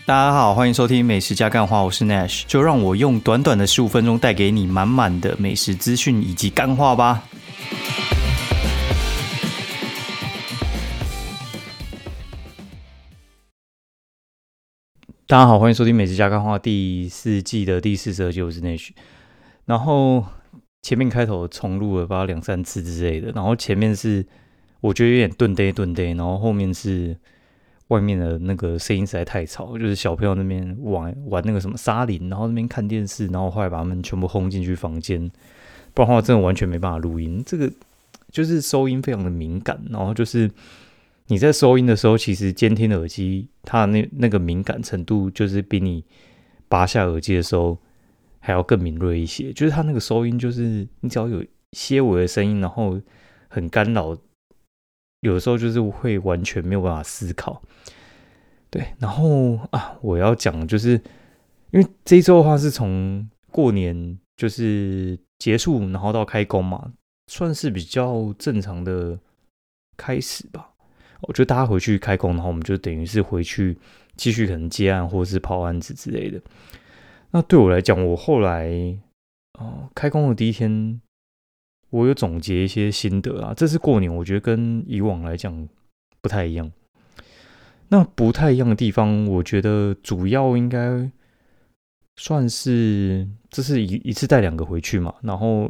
大家好，欢迎收听美食加干话，我是 Nash， 就让我用短短的15分钟带给你满满的美食资讯以及干话吧。大家好，欢迎收听美食加干话第4季的第42集，我是 Nash。然后前面开头重录了吧2-3次之类的，然后前面是我觉得有点顿呆，然后后面是外面的那个声音实在太吵，就是小朋友那边玩那个什么沙林，然后那边看电视，然后后来把他们全部轰进去房间，不然的话真的完全没办法录音。这个就是收音非常的敏感，然后就是你在收音的时候，其实监听耳机它的那个敏感程度，就是比你拔下耳机的时候还要更敏锐一些。就是它那个收音，就是你只要有些微的声音，然后很干扰，有的时候就是会完全没有办法思考。对，然后我要讲就是因为这一周的话是从过年就是结束，然后到开工嘛，算是比较正常的开始吧。我觉得大家回去开工，然后我们就等于是回去继续可能接案或是跑案子之类的。那对我来讲，我后来开工的第一天，我有总结一些心得啊。这次过年，我觉得跟以往来讲不太一样。那不太一样的地方，我觉得主要应该算是这是一次带2个回去嘛，然后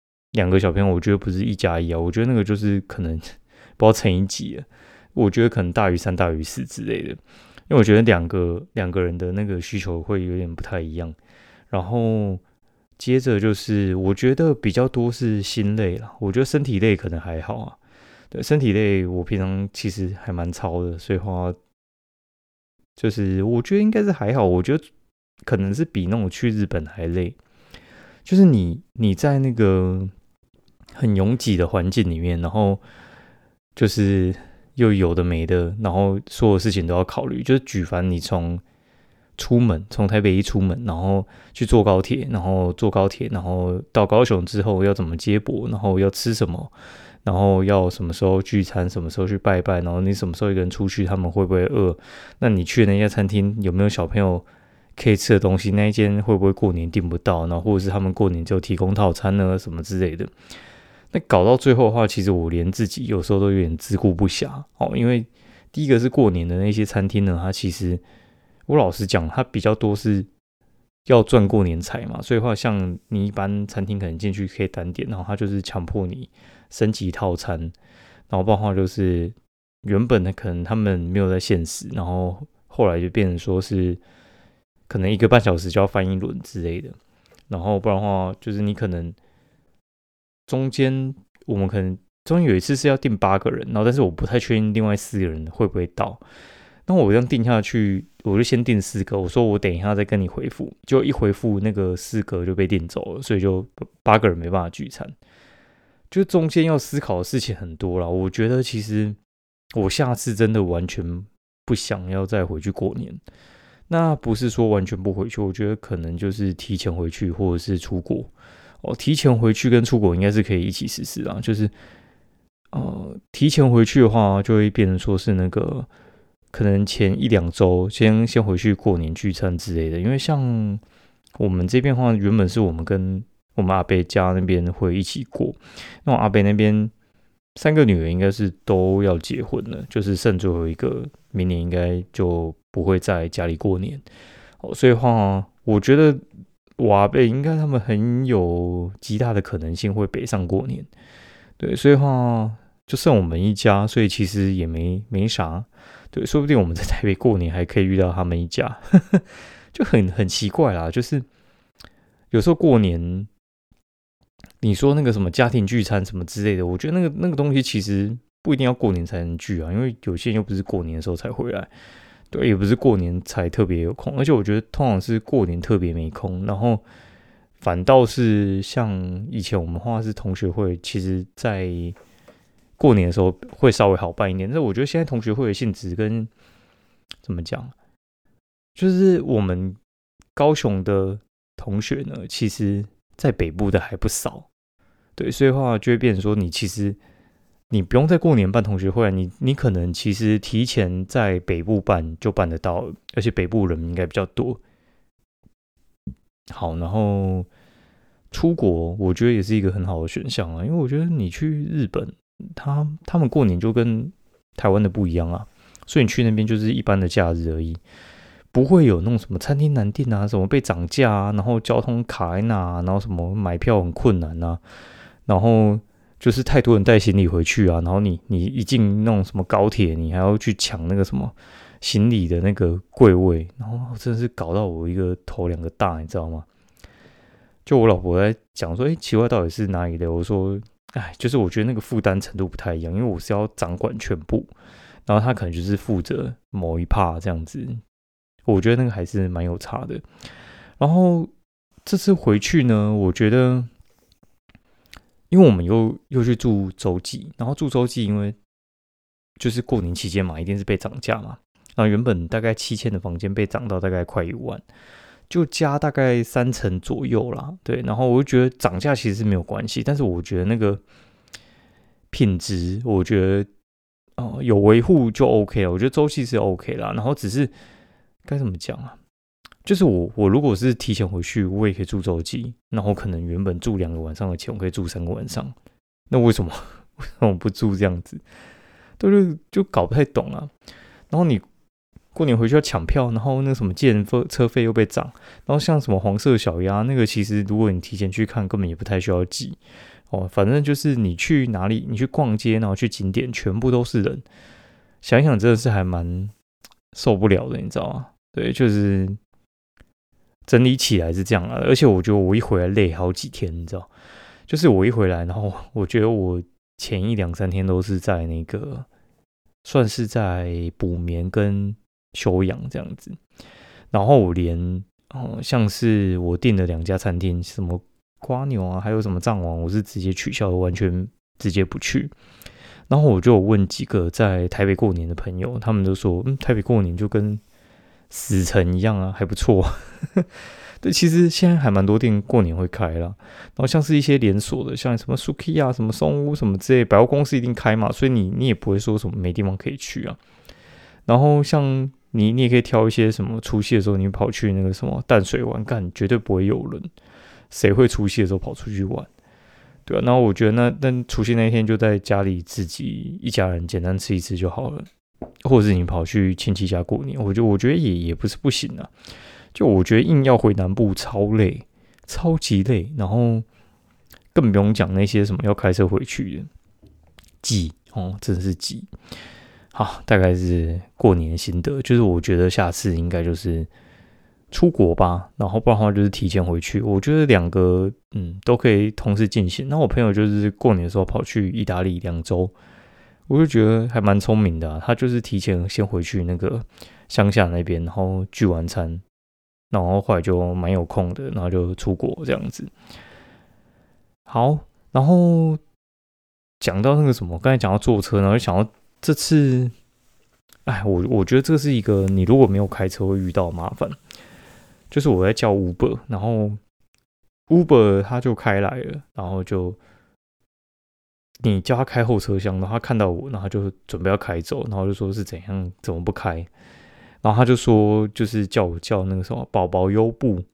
2个小朋友，我觉得不是1+1啊，我觉得那个就是可能不知道乘以几了，我觉得可能大于3、大于4之类的，因为我觉得两个人的那个需求会有点不太一样。然后接着就是我觉得比较多是心累啦，我觉得身体累可能还好啊。对，身体累我平常其实还蛮操的，所以话就是我觉得应该是还好，我觉得可能是比那种去日本还累。就是你在那个很拥挤的环境里面，然后就是又有的没的，然后所有事情都要考虑。就是举凡你从台北一出门，然后去坐高铁，然后到高雄之后要怎么接驳，然后要吃什么，然后要什么时候聚餐，什么时候去拜拜，然后你什么时候一个人出去，他们会不会饿？那你去的那家餐厅有没有小朋友可以吃的东西？那一间会不会过年订不到？然后或者是他们过年就提供套餐呢，什么之类的。那搞到最后的话，其实我连自己有时候都有点自顾不暇哦，因为第一个是过年的那些餐厅呢，它其实我老实讲，它比较多是要赚过年财嘛，所以话像你一般餐厅可能进去可以单点，然后它就是强迫你升级套餐，然后不然的话就是原本的可能他们没有在限时，然后后来就变成说是可能1个半小时就要翻一轮之类的，然后不然的话就是你可能我们可能中间有一次是要订8个人，然后但是我不太确定另外4个人会不会到。那我这样订下去，我就先订4个，我说我等一下再跟你回复，就一回复那个4个就被订走了，所以就8个人没办法聚餐。就中间要思考的事情很多啦，我觉得其实我下次真的完全不想要再回去过年。那不是说完全不回去，我觉得可能就是提前回去或者是出国。提前回去跟出国应该是可以一起实施啦，就是提前回去的话，就会变成说是那个可能前1-2周先回去过年聚餐之类的，因为像我们这边的话，原本是我们跟我们阿伯家那边会一起过，那我阿伯那边3个女儿应该是都要结婚了，就是剩最后一个，明年应该就不会在家里过年。所以的话，我觉得我阿伯应该他们很有极大的可能性会北上过年。对，所以的话就剩我们一家，所以其实也没啥。对，说不定我们在台北过年还可以遇到他们一家，就很奇怪啦。就是有时候过年，你说那个什么家庭聚餐什么之类的，我觉得那个东西其实不一定要过年才能聚啊，因为有些人又不是过年的时候才回来，对，也不是过年才特别有空，而且我觉得通常是过年特别没空，然后反倒是像以前我们话是同学会，其实在过年的时候会稍微好办一点，但是我觉得现在同学会的性质跟怎么讲，就是我们高雄的同学呢，其实在北部的还不少，对，所以的话就会变成说，你其实你不用在过年办同学会，你可能其实提前在北部办就办得到，而且北部人应该比较多。好，然后出国我觉得也是一个很好的选项啊，因为我觉得你去日本，他们过年就跟台湾的不一样啊，所以你去那边就是一般的假日而已，不会有那种什么餐厅难订啊，什么被涨价啊，然后交通卡在那，然后什么买票很困难啊，然后就是太多人带行李回去啊，然后你一进那种什么高铁，你还要去抢那个什么行李的那个柜位，然后真的是搞到我一个头两个大，你知道吗？就我老婆在讲说，奇怪，到底是哪里的？我说，就是我觉得那个负担程度不太一样，因为我是要掌管全部，然后他可能就是负责某一 part 这样子，我觉得那个还是蛮有差的。然后这次回去呢，我觉得，因为我们又去住洲际，然后住洲际，因为就是过年期间嘛，一定是被涨价嘛，然后原本大概7000的房间被涨到大概快1万。就加大概30%左右啦，对，然后我就觉得涨价其实是没有关系，但是我觉得那个品质，我觉得有维护就 OK 了，我觉得周期是 OK 啦，然后只是该怎么讲啊？就是我如果是提前回去，我也可以住洲际，然后可能原本住2个晚上的钱，我可以住3个晚上，那为什么不住这样子？对，就搞不太懂啊。然后你过年回去要抢票，然后那个什么计程车费又被涨，然后像什么黄色小鸭那个，其实如果你提前去看，根本也不太需要挤哦。反正就是你去哪里，你去逛街，然后去景点，全部都是人，想一想真的是还蛮受不了的，你知道吗？对，就是整理起来是这样啊。而且我觉得我一回来累好几天，你知道，就是我一回来，然后我觉得我前1、2、3天都是在那个算是在补眠跟休养这样子，然后我连像是我订的2家餐厅，什么瓜牛啊，还有什么藏王，我是直接取消的，完全直接不去。然后我就有问几个在台北过年的朋友，他们都说，台北过年就跟死城一样啊，还不错。对，其实现在还蛮多店过年会开啦，然后像是一些连锁的，像什么 Suki 啊、什么松屋什么之类，百货公司一定开嘛，所以你也不会说什么没地方可以去啊。然后像你也可以挑一些什么除夕的时候，你跑去那个什么淡水玩，干绝对不会有人，谁会除夕的时候跑出去玩？对啊，然后我觉得那除夕那一天就在家里自己一家人简单吃一吃就好了，或者是你跑去亲戚家过年，我觉得也不是不行啊。就我觉得硬要回南部超累，超级累，然后更不用讲那些什么要开车回去的，挤真的是挤。好，大概是过年心得，就是我觉得下次应该就是出国吧，然后不然的话就是提前回去。我觉得2个都可以同时进行。那我朋友就是过年的时候跑去意大利2周，我就觉得还蛮聪明的他就是提前先回去那个乡下那边，然后聚完餐，然后后来就蛮有空的，然后就出国这样子。好，然后讲到那个什么，刚才讲到坐车，然后想到这次，我觉得这是一个你如果没有开车会遇到麻烦，就是我在叫 Uber， 然后 Uber 他就开来了，然后就你叫他开后车厢，然后他看到我，然后他就准备要开走，然后就说是怎样，怎么不开？然后他就说就是叫我叫那个什么宝宝优步，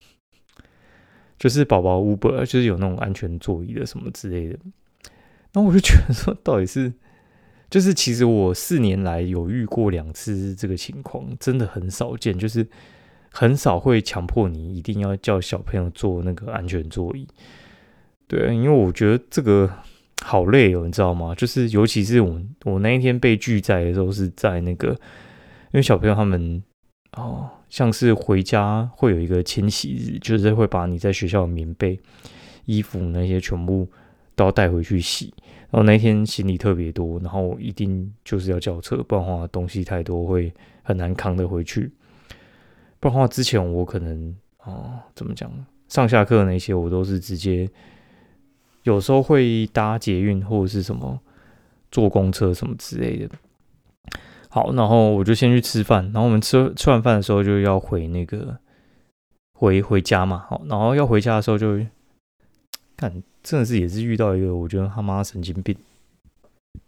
就是宝宝 Uber， 就是有那种安全座椅的什么之类的。然后我就觉得说，到底是。就是其实我4年来有遇过2次这个情况，真的很少见，就是很少会强迫你一定要叫小朋友坐那个安全座椅。对，因为我觉得这个好累哦，你知道吗？就是尤其是我那一天被拒载的时候是在那个，因为小朋友他们像是回家会有一个清洗日，就是会把你在学校的棉被、衣服那些全部都要带回去洗。然后那一天行李特别多，然后一定就是要叫车，不然的话东西太多会很难扛得回去。不然的话，之前我可能怎么讲，上下课那些我都是直接，有时候会搭捷运或者是什么坐公车什么之类的。好，然后我就先去吃饭，然后我们吃完饭的时候就要回那个回家嘛。好，然后要回家的时候就看。真的是也是遇到一个我觉得他妈神经病，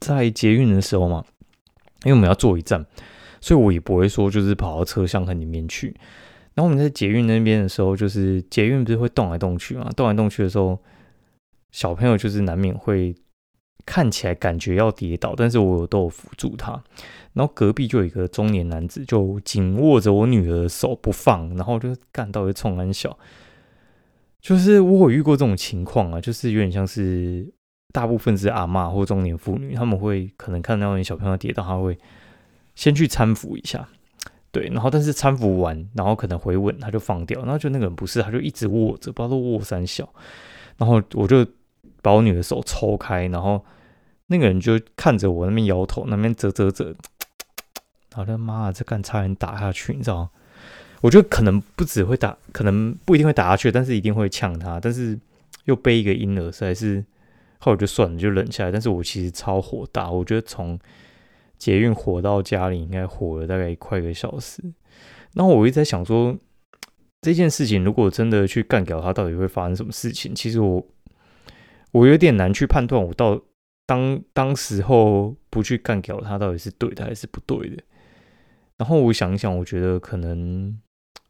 在捷运的时候嘛，因为我们要坐一站，所以我也不会说就是跑到车厢很里面去。然后我们在捷运那边的时候，就是捷运不是会动来动去嘛，动来动去的时候，小朋友就是难免会看起来感觉要跌倒，但是我都有扶住他。然后隔壁就有一个中年男子，就紧握着我女儿的手不放，然后就干到会冲很小。就是我有遇过这种情况啊，就是有点像是大部分是阿嬷或中年妇女，他们会可能看到你小朋友跌倒，他会先去搀扶一下，对，然后但是搀扶完，然后可能回稳，他就放掉，然后就那个人不是，他就一直握着，不知道都握三小，然后我就把我女儿手抽开，然后那个人就看着我那边摇头，那边啧，然后他妈这干差点打下去，你知道吗？我觉得可能不只会打，可能不一定会打下去，但是一定会呛他，但是又背一个婴儿，实在是后来就算了，就忍下来。但是我其实超火大，我觉得从捷运火到家里应该火了大概快1个小时。然后我一直在想说，这件事情如果真的去干掉他，到底会发生什么事情？其实我有点难去判断，我当时候不去干掉他，到底是对的还是不对的。然后我想一想，我觉得可能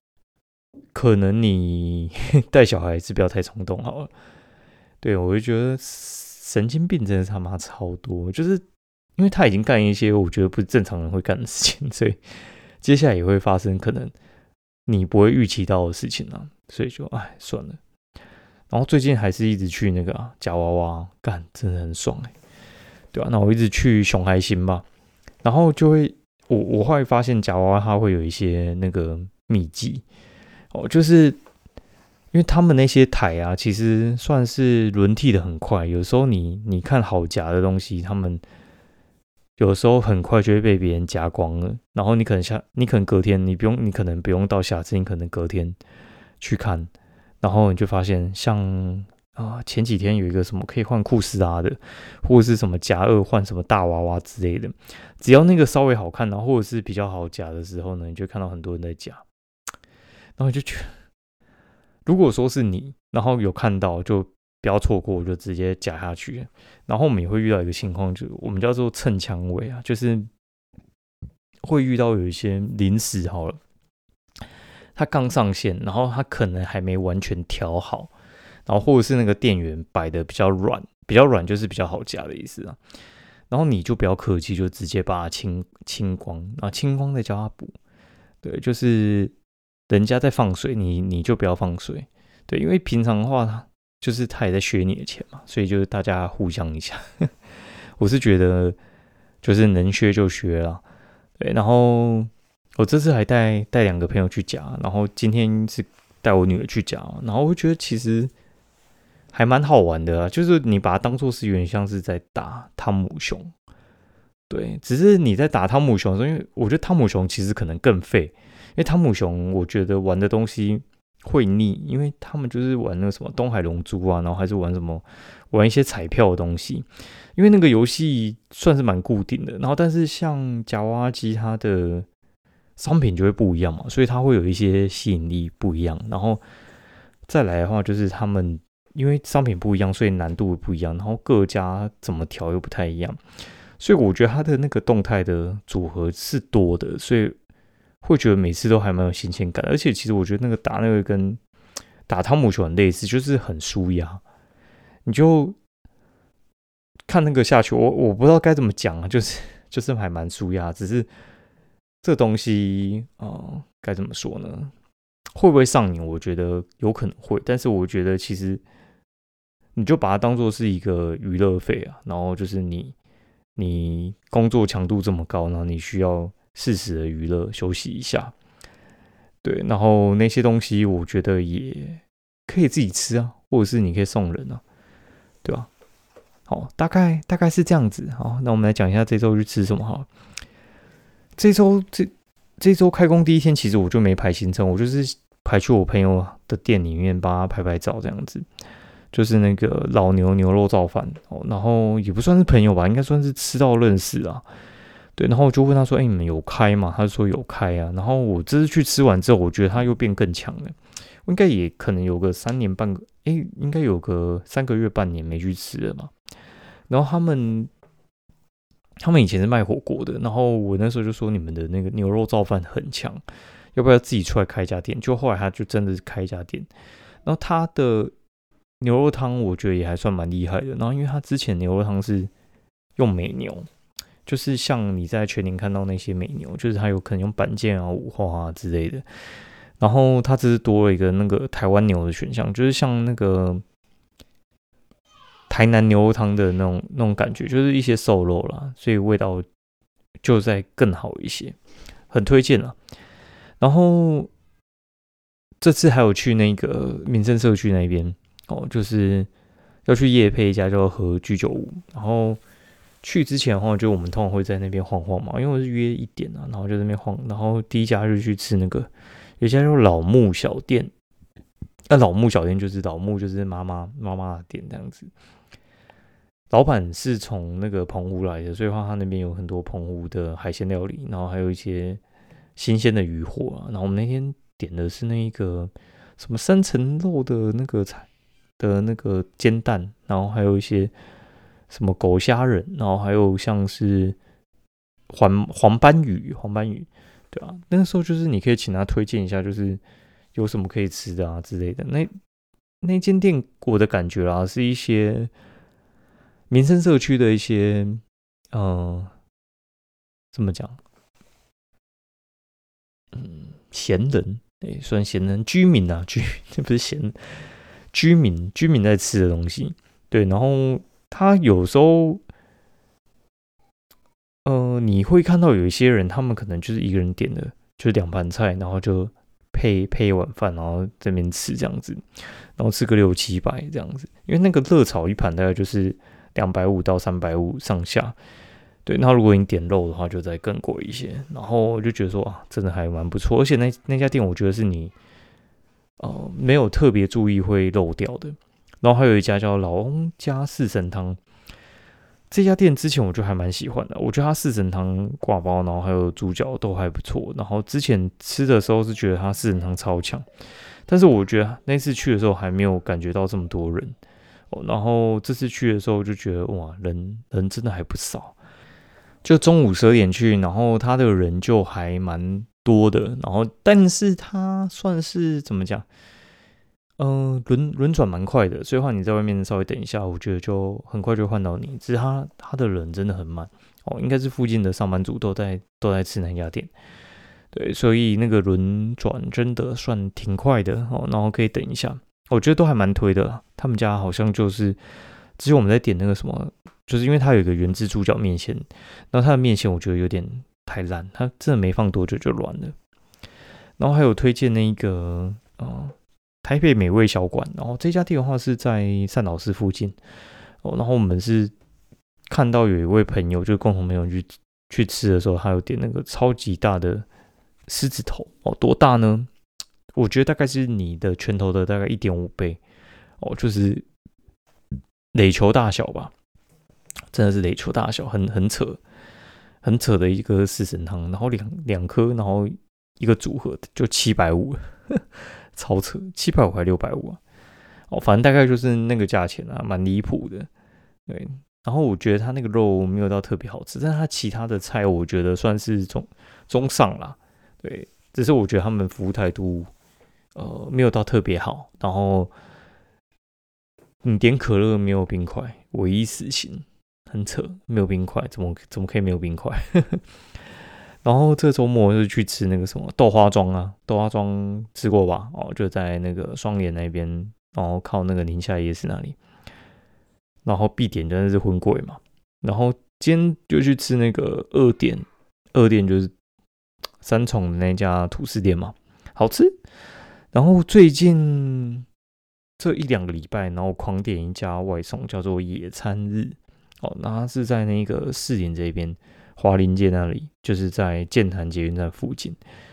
你带小孩是不要太冲动好了。对，我就觉得神经病真的是他妈超多，就是因为他已经干一些我觉得不是正常人会干的事情，所以接下来也会发生可能你不会预期到的事情啊，所以就算了。然后最近还是一直去那个夹娃娃，干真的很爽对啊，那我一直去熊孩星吧，然后就会我后来发现夹娃娃它会有一些那个秘籍就是因为他们那些台啊，其实算是轮替的很快，有时候你看好夹的东西，他们有时候很快就会被别人夹光了，然后你可能隔天你可能不用到下次，你可能隔天去看，然后你就发现像前几天有一个什么可以换库斯拉的，或者是什么夹2换什么大娃娃之类的，只要那个稍微好看，然后或者是比较好夹的时候呢，你就看到很多人在夹，然后你就觉得，如果说是你，然后有看到就不要错过，就直接夹下去。然后我们也会遇到一个情况，就是我们叫做蹭枪尾啊，就是会遇到有一些临时好了，他刚上线，然后他可能还没完全调好，然后或者是那个电源摆的比较软就是比较好夹的意思啊。然后你就不要客气，就直接把它清光，清光再叫他补。对，就是人家在放水，你就不要放水。对，因为平常的话，就是他也在削你的钱嘛，所以就是大家互相一下。我是觉得就是能削就削啦。对，然后我这次还带2个朋友去夹，然后今天是带我女儿去夹，然后我觉得其实还蛮好玩的啊，就是你把它当作是有点像是在打汤姆熊。对，只是你在打汤姆熊的时候，因为我觉得汤姆熊其实可能更废，因为汤姆熊我觉得玩的东西会腻，因为他们就是玩那个什么东海龙珠啊，然后还是玩一些彩票的东西，因为那个游戏算是蛮固定的，然后但是像夹娃娃机它的商品就会不一样嘛，所以它会有一些吸引力不一样，然后再来的话就是他们因为商品不一样，所以难度不一样，然后各家怎么调又不太一样。所以我觉得它的那个动态的组合是多的，所以会觉得每次都还蛮有新鲜感。而且其实我觉得那个打那个跟打汤姆球很类似，就是很舒压。你就看那个下去，我不知道该怎么讲啊，就是还蛮舒压。只是这东西该怎么说呢？会不会上瘾？我觉得有可能会，但是我觉得其实你就把它当做是一个娱乐费啊，然后就是你工作强度这么高，然后你需要适时的娱乐休息一下，对，然后那些东西我觉得也可以自己吃啊，或者是你可以送人啊，对吧？好，大概是这样子。好，那我们来讲一下这周去吃什么好了。这周开工第一天，其实我就没排行程，我就是排去我朋友的店里面帮他拍照这样子。就是那个老牛牛肉燥饭然后也不算是朋友吧，应该算是吃到认识啊。对，然后我就问他说：“你们有开吗？”他就说有开啊。然后我这次去吃完之后，我觉得他又变更强了。我应该也可能有个3年半个，应该有个3个月半年没去吃了嘛。然后他们他们以前是卖火锅的，然后我那时候就说你们的那个牛肉燥饭很强，要不要自己出来开一家店？就后来他就真的是开一家店，然后他的牛肉汤我觉得也还算蛮厉害的。然后因为他之前牛肉汤是用美牛，就是像你在全年看到那些美牛，就是他有可能用板腱啊、五花啊之类的。然后他只是多了一个那个台湾牛的选项，就是像那个台南牛肉汤的那种感觉，就是一些瘦肉啦，所以味道就再更好一些，很推荐啦。然后这次还有去那个民生社区那边就是要去业配一家叫和居酒屋。然后去之前的话，就我们通常会在那边晃晃嘛，因为我是约1点啊，然后就在那边晃。然后第一家就去吃那个有一家叫老木小店，老木小店就是老木就是妈妈的店这样子。老板是从那个澎湖来的，所以话他那边有很多澎湖的海鲜料理，然后还有一些新鲜的鱼货啊。然后我们那天点的是那个什么3层肉的那个菜的那个煎蛋，然后还有一些什么狗虾仁，然后还有像是黄斑鱼，对啊，那个时候就是你可以请他推荐一下，就是有什么可以吃的啊之类的。那间店我的感觉啦，是一些民生社区的一些怎么讲？闲人，算闲人，居民啊，这不是闲，居民在吃的东西，对。然后他有时候，你会看到有一些人，他们可能就是一个人点的，就是2盘菜，然后就配一碗饭，然后这边吃这样子，然后吃个600-700这样子，因为那个热炒一盘大概就是250到350上下。对，那如果你点肉的话，就再更贵一些。然后我就觉得说啊，真的还蛮不错，而且那家店我觉得是你没有特别注意会漏掉的。然后还有一家叫老翁家四神汤，这家店之前我就还蛮喜欢的，我觉得它四神汤挂包，然后还有猪脚都还不错。然后之前吃的时候是觉得它四神汤超强，但是我觉得那次去的时候还没有感觉到这么多人。然后这次去的时候就觉得哇，人真的还不少。就中午12点去，然后他的人就还蛮多的，然后但是他算是怎么讲，轮转蛮快的，所以话你在外面稍微等一下，我觉得就很快就换到你。只是他的人真的很慢应该是附近的上班族都在吃那家店，对，所以那个轮转真的算挺快的然后可以等一下，我觉得都还蛮推的啦。他们家好像就是之前我们在点那个什么。就是因为它有一个原汁猪脚面线，然后它的面线我觉得有点太烂，它真的没放多久就软了。然后还有推荐那个台北美味小馆，然后这家店的话是在善导寺附近然后我们是看到有一位朋友，就是共同朋友去吃的时候，他有点那个超级大的狮子头多大呢？我觉得大概是你的拳头的大概1.5倍就是垒球大小吧。真的是垒球大小，很扯的一个四神汤，然后两颗，然后一个组合就750，超扯，750还650啊？反正大概就是那个价钱啊，蛮离谱的。对，然后我觉得它那个肉没有到特别好吃，但是它其他的菜我觉得算是中上啦。对，只是我觉得他们服务态度没有到特别好，然后你点可乐没有冰块，唯一死刑。很扯，没有冰块，怎么可以没有冰块？然后这周末就去吃那个什么豆花庄啊，豆花庄吃过吧？就在那个双连那边，然后靠那个宁夏夜市那里。然后必点真的是荤贵嘛。然后今天就去吃那个二店就是三重的那家吐司店嘛，好吃。然后最近这1-2个礼拜，然后狂点一家外送，叫做野餐日。那它是在那个士林这边华林街那里，就是在健潭捷运站附近。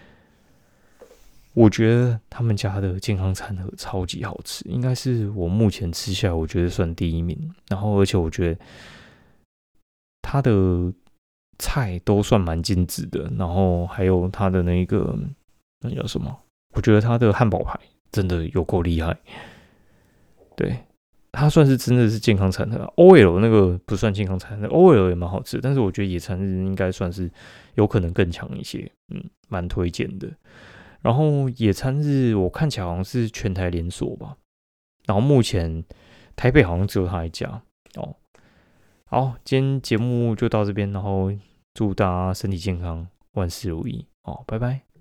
我觉得他们家的健康餐盒超级好吃，应该是我目前吃下来我觉得算第1名。然后而且我觉得它的菜都算蛮精致的，然后还有它的那叫什么？我觉得它的汉堡排真的有够厉害。对， 它算是真的是健康餐盒，OL 那个不算健康餐盒，OL 也蛮好吃，但是我觉得野餐日应该算是有可能更强一些，蛮推荐的。然后野餐日我看起来好像是全台连锁吧，然后目前台北好像只有他一家哦。好，今天节目就到这边，然后祝大家身体健康，万事如意哦，拜拜。